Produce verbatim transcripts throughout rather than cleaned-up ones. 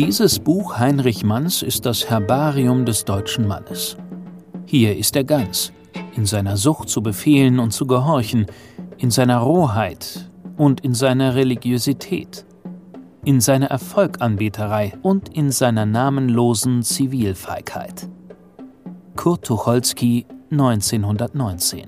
Dieses Buch Heinrich Manns ist das Herbarium des deutschen Mannes. Hier ist er ganz, in seiner Sucht zu befehlen und zu gehorchen, in seiner Rohheit und in seiner Religiosität, in seiner Erfolganbeterei und in seiner namenlosen Zivilfeigheit. Kurt Tucholsky, neunzehnhundertneunzehn.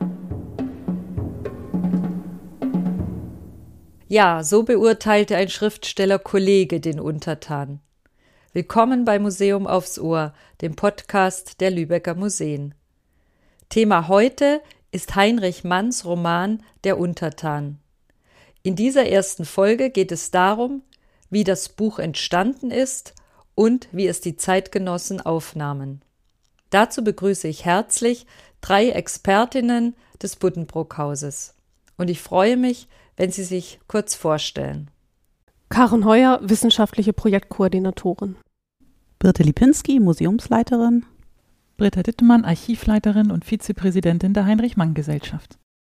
Ja, so beurteilte ein Schriftsteller-Kollege den Untertan. Willkommen bei Museum aufs Ohr, dem Podcast der Lübecker Museen. Thema heute ist Heinrich Manns Roman Der Untertan. In dieser ersten Folge geht es darum, wie das Buch entstanden ist und wie es die Zeitgenossen aufnahmen. Dazu begrüße ich herzlich drei Expertinnen des Buddenbrook-Hauses. Und ich freue mich, wenn Sie sich kurz vorstellen. Karen Heuer, wissenschaftliche Projektkoordinatorin. Birte Lipinski, Museumsleiterin. Britta Dittemann, Archivleiterin und Vizepräsidentin der Heinrich-Mann-Gesellschaft.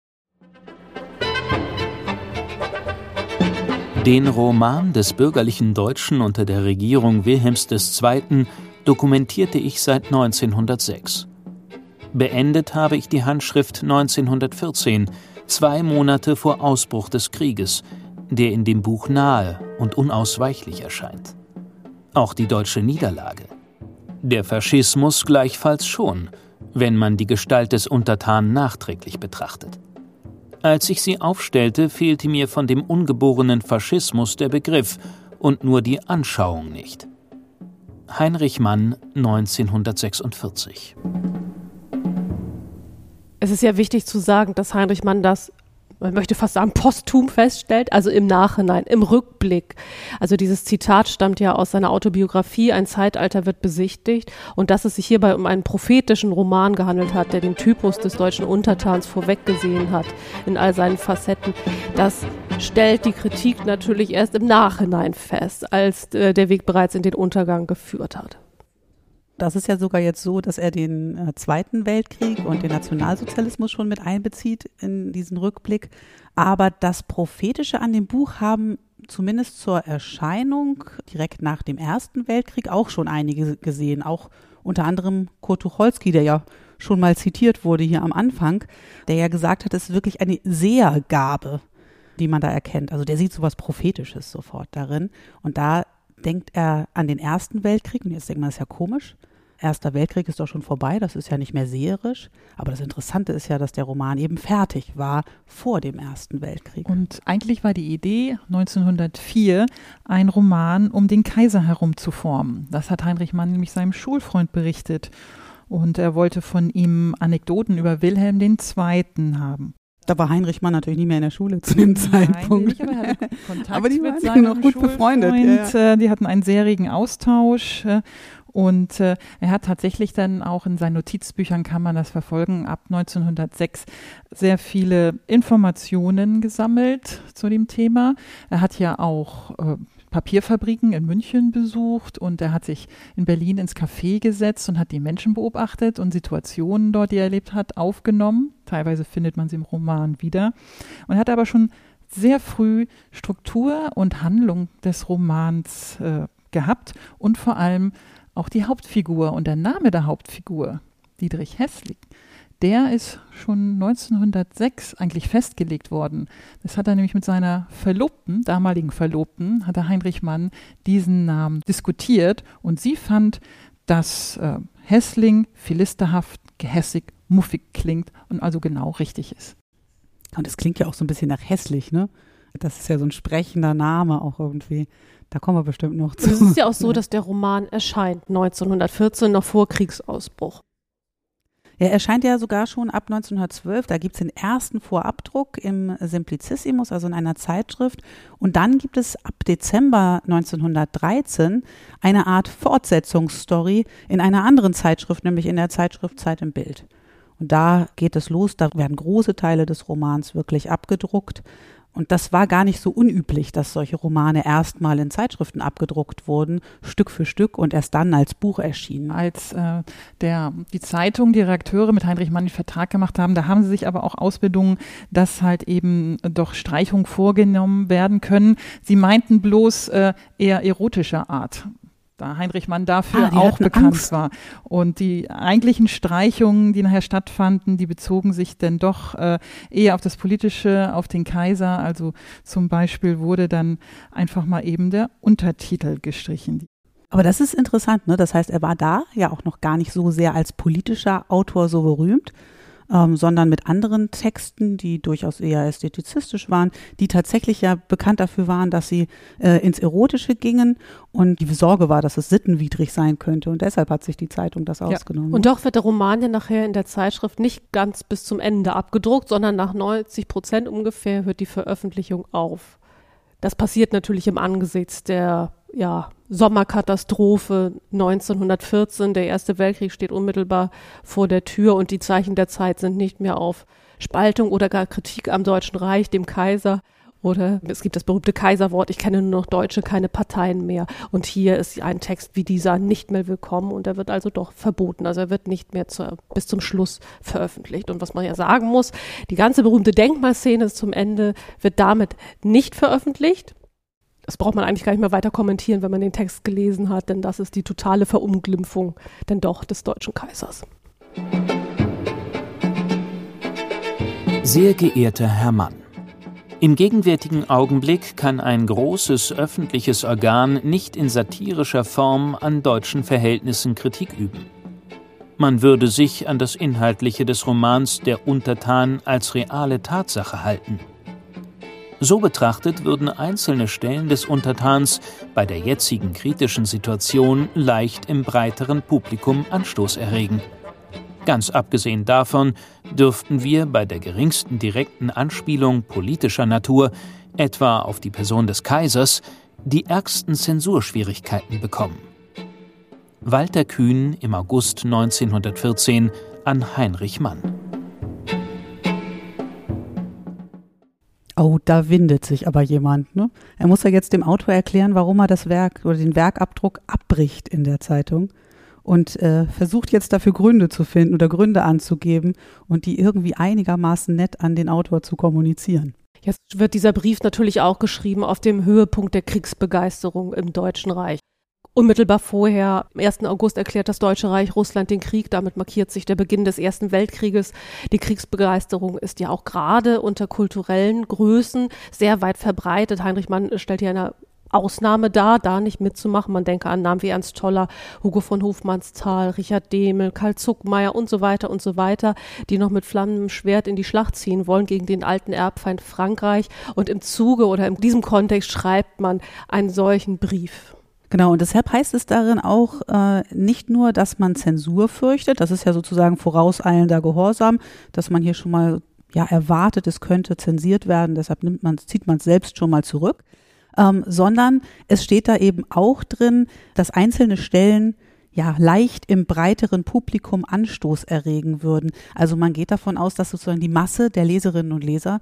Den Roman des bürgerlichen Deutschen unter der Regierung Wilhelms der Zweiten dokumentierte ich seit neunzehnhundertsechs. Beendet habe ich die Handschrift neunzehnhundertvierzehn, zwei Monate vor Ausbruch des Krieges, der in dem Buch nahe und unausweichlich erscheint. Auch die deutsche Niederlage. Der Faschismus gleichfalls schon, wenn man die Gestalt des Untertanen nachträglich betrachtet. Als ich sie aufstellte, fehlte mir von dem ungeborenen Faschismus der Begriff und nur die Anschauung nicht. Heinrich Mann, neunzehnhundertsechsundvierzig. Es ist ja wichtig zu sagen, dass Heinrich Mann das, man möchte fast sagen, posthum feststellt, also im Nachhinein, im Rückblick. Also dieses Zitat stammt ja aus seiner Autobiografie, ein Zeitalter wird besichtigt, und dass es sich hierbei um einen prophetischen Roman gehandelt hat, der den Typus des deutschen Untertans vorweggesehen hat, in all seinen Facetten. Das stellt die Kritik natürlich erst im Nachhinein fest, als äh, der Weg bereits in den Untergang geführt hat. Das ist ja sogar jetzt so, dass er den äh, Zweiten Weltkrieg und den Nationalsozialismus schon mit einbezieht in diesen Rückblick. Aber das Prophetische an dem Buch haben zumindest zur Erscheinung direkt nach dem Ersten Weltkrieg auch schon einige gesehen. Auch unter anderem Kurt Tucholsky, der ja schon mal zitiert wurde hier am Anfang, der ja gesagt hat, es ist wirklich eine Sehergabe, die man da erkennt. Also der sieht so was Prophetisches sofort darin. Und da denkt er an den Ersten Weltkrieg, und jetzt denkt man, das ist ja komisch. Erster Weltkrieg ist doch schon vorbei, das ist ja nicht mehr seherisch. Aber das Interessante ist ja, dass der Roman eben fertig war vor dem Ersten Weltkrieg. Und eigentlich war die Idee neunzehnhundertvier, ein Roman um den Kaiser herum zu formen. Das hat Heinrich Mann nämlich seinem Schulfreund berichtet. Und er wollte von ihm Anekdoten über Wilhelm der Zweite haben. Da war Heinrich Mann natürlich nicht mehr in der Schule zu dem Zeitpunkt. Nicht, aber er hatte Kontakt aber die mit waren seinem noch gut befreundet. Ja, ja. Die hatten einen sehr regen Austausch. Und er hat tatsächlich dann auch in seinen Notizbüchern, kann man das verfolgen, ab neunzehnhundertsechs sehr viele Informationen gesammelt zu dem Thema. Er hat ja auch äh, Papierfabriken in München besucht, und er hat sich in Berlin ins Café gesetzt und hat die Menschen beobachtet und Situationen dort, die er erlebt hat, aufgenommen. Teilweise findet man sie im Roman wieder. Und hat aber schon sehr früh Struktur und Handlung des Romans äh, gehabt und vor allem auch die Hauptfigur und der Name der Hauptfigur, Dietrich Hässling, der ist schon neunzehnhundertsechs eigentlich festgelegt worden. Das hat er nämlich mit seiner Verlobten, damaligen Verlobten, hat der Heinrich Mann diesen Namen diskutiert, und sie fand, dass äh, Hässling philisterhaft, gehässig, muffig klingt und also genau richtig ist. Und es klingt ja auch so ein bisschen nach hässlich, ne? Das ist ja so ein sprechender Name auch irgendwie. Da kommen wir bestimmt noch zu. Es ist ja auch so, dass der Roman erscheint neunzehnhundertvierzehn, noch vor Kriegsausbruch. Er erscheint ja sogar schon ab neunzehnhundertzwölf. Da gibt es den ersten Vorabdruck im Simplicissimus, also in einer Zeitschrift. Und dann gibt es ab Dezember neunzehnhundertdreizehn eine Art Fortsetzungsstory in einer anderen Zeitschrift, nämlich in der Zeitschrift Zeit im Bild. Und da geht es los, da werden große Teile des Romans wirklich abgedruckt. Und das war gar nicht so unüblich, dass solche Romane erstmal in Zeitschriften abgedruckt wurden, Stück für Stück und erst dann als Buch erschienen. Als äh, der, die Zeitung, die Redakteure mit Heinrich Mann den Vertrag gemacht haben, da haben sie sich aber auch ausbedungen, dass halt eben doch Streichungen vorgenommen werden können. Sie meinten bloß äh, eher erotischer Art. Da Heinrich Mann dafür ah, auch bekannt Angst. war. Und die eigentlichen Streichungen, die nachher stattfanden, die bezogen sich denn doch äh, eher auf das Politische, auf den Kaiser. Also zum Beispiel wurde dann einfach mal eben der Untertitel gestrichen. Aber das ist interessant, ne? Das heißt, er war da ja auch noch gar nicht so sehr als politischer Autor so berühmt, ähm, sondern mit anderen Texten, die durchaus eher ästhetizistisch waren, die tatsächlich ja bekannt dafür waren, dass sie äh, ins Erotische gingen und die Sorge war, dass es sittenwidrig sein könnte und deshalb hat sich die Zeitung das ja. ausgenommen. Und doch wird der Roman ja nachher in der Zeitschrift nicht ganz bis zum Ende abgedruckt, sondern nach neunzig Prozent ungefähr hört die Veröffentlichung auf. Das passiert natürlich im Angesichts der ja, Sommerkatastrophe neunzehnhundertvierzehn. Der Erste Weltkrieg steht unmittelbar vor der Tür und die Zeichen der Zeit sind nicht mehr auf Spaltung oder gar Kritik am Deutschen Reich, dem Kaiser. Oder es gibt das berühmte Kaiserwort, ich kenne nur noch Deutsche, keine Parteien mehr. Und hier ist ein Text wie dieser nicht mehr willkommen und er wird also doch verboten. Also er wird nicht mehr zu, bis zum Schluss veröffentlicht. Und was man ja sagen muss, die ganze berühmte Denkmalszene zum Ende wird damit nicht veröffentlicht. Das braucht man eigentlich gar nicht mehr weiter kommentieren, wenn man den Text gelesen hat, denn das ist die totale Verunglimpfung denn doch des deutschen Kaisers. Sehr geehrter Herr Mann, im gegenwärtigen Augenblick kann ein großes öffentliches Organ nicht in satirischer Form an deutschen Verhältnissen Kritik üben. Man würde sich an das Inhaltliche des Romans Der Untertan als reale Tatsache halten. So betrachtet würden einzelne Stellen des Untertans bei der jetzigen kritischen Situation leicht im breiteren Publikum Anstoß erregen. Ganz abgesehen davon dürften wir bei der geringsten direkten Anspielung politischer Natur, etwa auf die Person des Kaisers, die ärgsten Zensurschwierigkeiten bekommen. Walter Kühn im August neunzehnhundertvierzehn an Heinrich Mann. Oh, da windet sich aber jemand, ne? Er muss ja jetzt dem Autor erklären, warum er das Werk oder den Werkabdruck abbricht in der Zeitung und äh, versucht jetzt dafür Gründe zu finden oder Gründe anzugeben und die irgendwie einigermaßen nett an den Autor zu kommunizieren. Jetzt wird dieser Brief natürlich auch geschrieben auf dem Höhepunkt der Kriegsbegeisterung im Deutschen Reich. Unmittelbar vorher, am ersten August, erklärt das Deutsche Reich Russland den Krieg. Damit markiert sich der Beginn des Ersten Weltkrieges. Die Kriegsbegeisterung ist ja auch gerade unter kulturellen Größen sehr weit verbreitet. Heinrich Mann stellt hier eine Ausnahme dar, da nicht mitzumachen. Man denke an Namen wie Ernst Toller, Hugo von Hofmannsthal, Richard Dehmel, Karl Zuckmayer und so weiter und so weiter, die noch mit flammendem Schwert in die Schlacht ziehen wollen gegen den alten Erbfeind Frankreich. Und im Zuge oder in diesem Kontext schreibt man einen solchen Brief. Genau, und deshalb heißt es darin auch äh, nicht nur, dass man Zensur fürchtet, das ist ja sozusagen vorauseilender Gehorsam, dass man hier schon mal ja erwartet, es könnte zensiert werden, deshalb nimmt man, zieht man es selbst schon mal zurück, ähm, sondern es steht da eben auch drin, dass einzelne Stellen ja leicht im breiteren Publikum Anstoß erregen würden. Also man geht davon aus, dass sozusagen die Masse der Leserinnen und Leser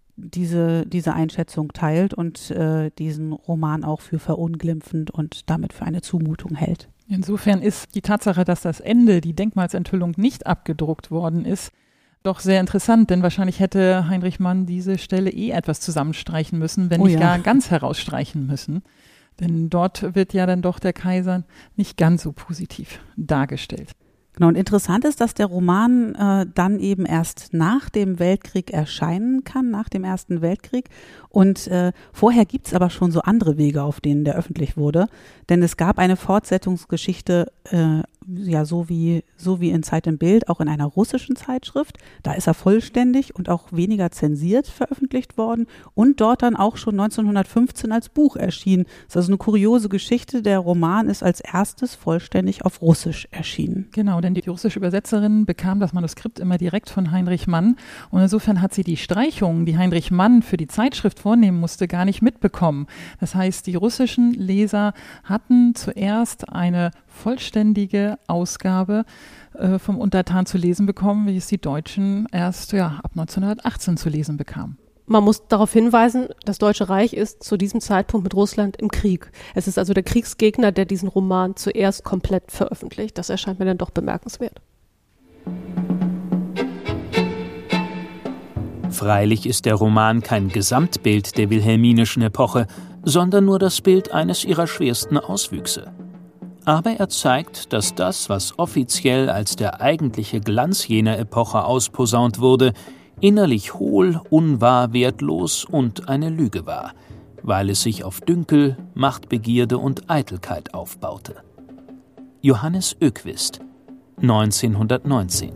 diese, diese Einschätzung teilt und äh, diesen Roman auch für verunglimpfend und damit für eine Zumutung hält. Insofern ist die Tatsache, dass das Ende, die Denkmalsenthüllung, nicht abgedruckt worden ist, doch sehr interessant, denn wahrscheinlich hätte Heinrich Mann diese Stelle eh etwas zusammenstreichen müssen, wenn oh nicht ja. gar ganz herausstreichen müssen. Denn dort wird ja dann doch der Kaiser nicht ganz so positiv dargestellt. Genau, und interessant ist, dass der Roman äh, dann eben erst nach dem Weltkrieg erscheinen kann, nach dem Ersten Weltkrieg. Und äh, vorher gibt's aber schon so andere Wege, auf denen der öffentlich wurde. Denn es gab eine Fortsetzungsgeschichte, äh, ja so wie so wie in Zeit im Bild, auch in einer russischen Zeitschrift. Da ist er vollständig und auch weniger zensiert veröffentlicht worden und dort dann auch schon neunzehnhundertfünfzehn als Buch erschienen. Das ist also eine kuriose Geschichte. Der Roman ist als erstes vollständig auf Russisch erschienen. Genau, denn die russische Übersetzerin bekam das Manuskript immer direkt von Heinrich Mann und insofern hat sie die Streichungen, die Heinrich Mann für die Zeitschrift vornehmen musste, gar nicht mitbekommen. Das heißt, die russischen Leser hatten zuerst eine vollständige Ausgabe äh, vom Untertan zu lesen bekommen, wie es die Deutschen erst ja, ab neunzehnhundertachtzehn zu lesen bekamen. man muss darauf hinweisen, das Deutsche Reich ist zu diesem Zeitpunkt mit Russland im Krieg. Es ist also der Kriegsgegner, der diesen Roman zuerst komplett veröffentlicht. Das erscheint mir dann doch bemerkenswert. Freilich ist der Roman kein Gesamtbild der wilhelminischen Epoche, sondern nur das Bild eines ihrer schwersten Auswüchse. Aber er zeigt, dass das, was offiziell als der eigentliche Glanz jener Epoche ausposaunt wurde, innerlich hohl, unwahr, wertlos und eine Lüge war, weil es sich auf Dünkel, Machtbegierde und Eitelkeit aufbaute. Johannes Öquist, neunzehnhundertneunzehn.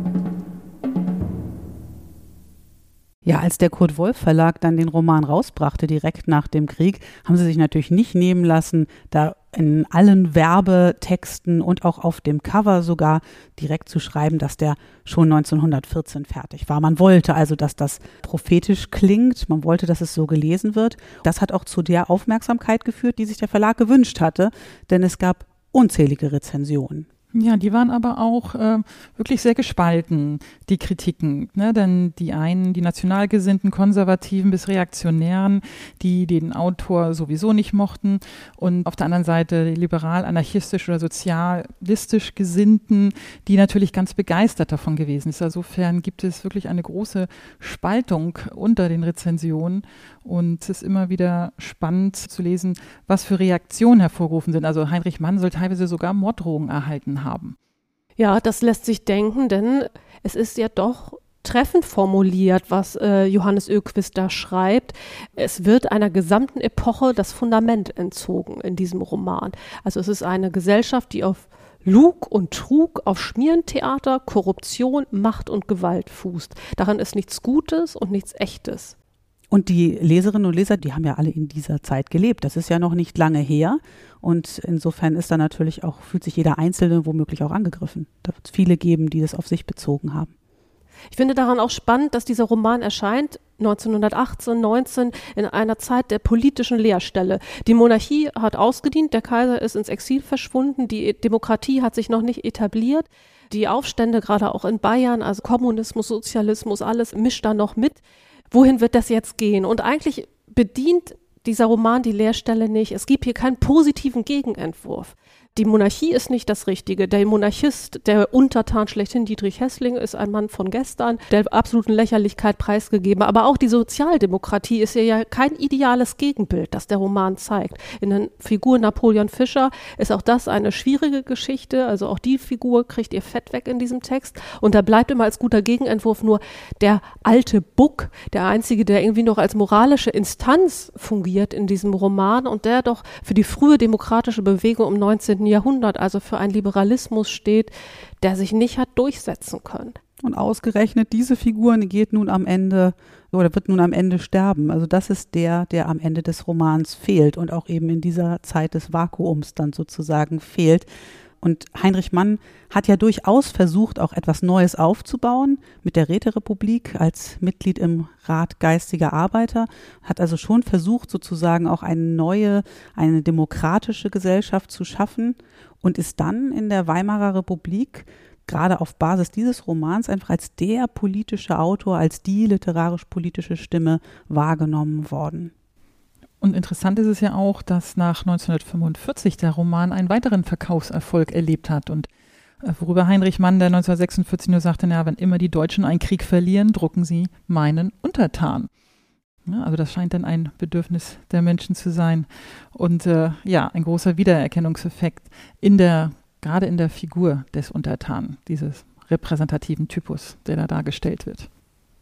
Ja, als der Kurt Wolf Verlag dann den Roman rausbrachte, direkt nach dem Krieg, haben sie sich natürlich nicht nehmen lassen, da in allen Werbetexten und auch auf dem Cover sogar direkt zu schreiben, dass der schon neunzehnhundertvierzehn fertig war. Man wollte also, dass das prophetisch klingt, man wollte, dass es so gelesen wird. Das hat auch zu der Aufmerksamkeit geführt, die sich der Verlag gewünscht hatte, denn es gab unzählige Rezensionen. Ja, die waren aber auch äh, wirklich sehr gespalten, die Kritiken. Ne? Denn die einen, die nationalgesinnten, konservativen bis reaktionären, die den Autor sowieso nicht mochten. Und auf der anderen Seite die liberal-anarchistisch oder sozialistisch Gesinnten, die natürlich ganz begeistert davon gewesen sind. Insofern gibt es wirklich eine große Spaltung unter den Rezensionen. Und es ist immer wieder spannend zu lesen, was für Reaktionen hervorgerufen sind. Also Heinrich Mann soll teilweise sogar Morddrohungen erhalten haben. Ja, das lässt sich denken, denn es ist ja doch treffend formuliert, was äh, Johannes Öquist da schreibt. Es wird einer gesamten Epoche das Fundament entzogen in diesem Roman. Also es ist eine Gesellschaft, die auf Lug und Trug, auf Schmierentheater, Korruption, Macht und Gewalt fußt. Daran ist nichts Gutes und nichts Echtes. Und die Leserinnen und Leser, die haben ja alle in dieser Zeit gelebt. Das ist ja noch nicht lange her. Und insofern ist da natürlich auch, fühlt sich jeder Einzelne womöglich auch angegriffen. Da wird es viele geben, die das auf sich bezogen haben. Ich finde daran auch spannend, dass dieser Roman erscheint neunzehnhundertachtzehn, neunzehn in einer Zeit der politischen Leerstelle. Die Monarchie hat ausgedient, der Kaiser ist ins Exil verschwunden, die Demokratie hat sich noch nicht etabliert. Die Aufstände, gerade auch in Bayern, also Kommunismus, Sozialismus, alles mischt da noch mit. Wohin wird das jetzt gehen? Und eigentlich bedient dieser Roman die Leerstelle nicht. Es gibt hier keinen positiven Gegenentwurf. Die Monarchie ist nicht das Richtige. Der Monarchist, der Untertan schlechthin, Dietrich Häßling, ist ein Mann von gestern, der absoluten Lächerlichkeit preisgegeben. Aber auch die Sozialdemokratie ist ja kein ideales Gegenbild, das der Roman zeigt. In der Figur Napoleon Fischer ist auch das eine schwierige Geschichte. Also auch die Figur kriegt ihr Fett weg in diesem Text. Und da bleibt immer als guter Gegenentwurf nur der alte Buck, der einzige, der irgendwie noch als moralische Instanz fungiert in diesem Roman und der doch für die frühe demokratische Bewegung im neunzehnten Jahrhundert, also für einen Liberalismus steht, der sich nicht hat durchsetzen können. Und ausgerechnet diese Figur geht nun am Ende oder wird nun am Ende sterben. Also das ist der, der am Ende des Romans fehlt und auch eben in dieser Zeit des Vakuums dann sozusagen fehlt. Und Heinrich Mann hat ja durchaus versucht, auch etwas Neues aufzubauen mit der Räterepublik als Mitglied im Rat geistiger Arbeiter, hat also schon versucht, sozusagen auch eine neue, eine demokratische Gesellschaft zu schaffen und ist dann in der Weimarer Republik gerade auf Basis dieses Romans einfach als der politische Autor, als die literarisch-politische Stimme wahrgenommen worden. Und interessant ist es ja auch, dass nach neunzehnhundertfünfundvierzig der Roman einen weiteren Verkaufserfolg erlebt hat. Und worüber Heinrich Mann, der neunzehnhundertsechsundvierzig nur sagte, na, wenn immer die Deutschen einen Krieg verlieren, drucken sie meinen Untertan. Ja, also das scheint dann ein Bedürfnis der Menschen zu sein. Und äh, ja, ein großer Wiedererkennungseffekt in der, gerade in der Figur des Untertanen, dieses repräsentativen Typus, der da dargestellt wird.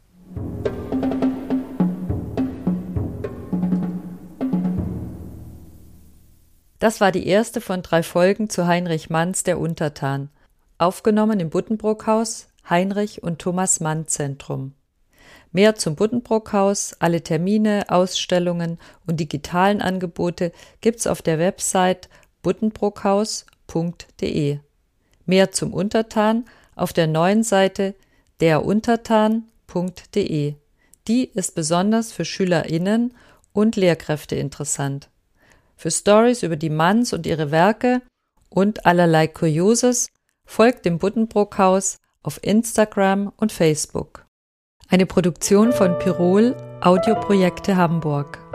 Das war die erste von drei Folgen zu Heinrich Manns Der Untertan, aufgenommen im Buddenbrook-Haus, Heinrich und Thomas Mann Zentrum. Mehr zum Buddenbrook-Haus, alle Termine, Ausstellungen und digitalen Angebote gibt's auf der Website buddenbrookhaus punkt de. Mehr zum Untertan auf der neuen Seite der untertan punkt de. Die ist besonders für SchülerInnen und Lehrkräfte interessant. Für Stories über die Manns und ihre Werke und allerlei Kurioses folgt dem Buddenbrook-Haus auf Instagram und Facebook. Eine Produktion von Pirol Audioprojekte Hamburg.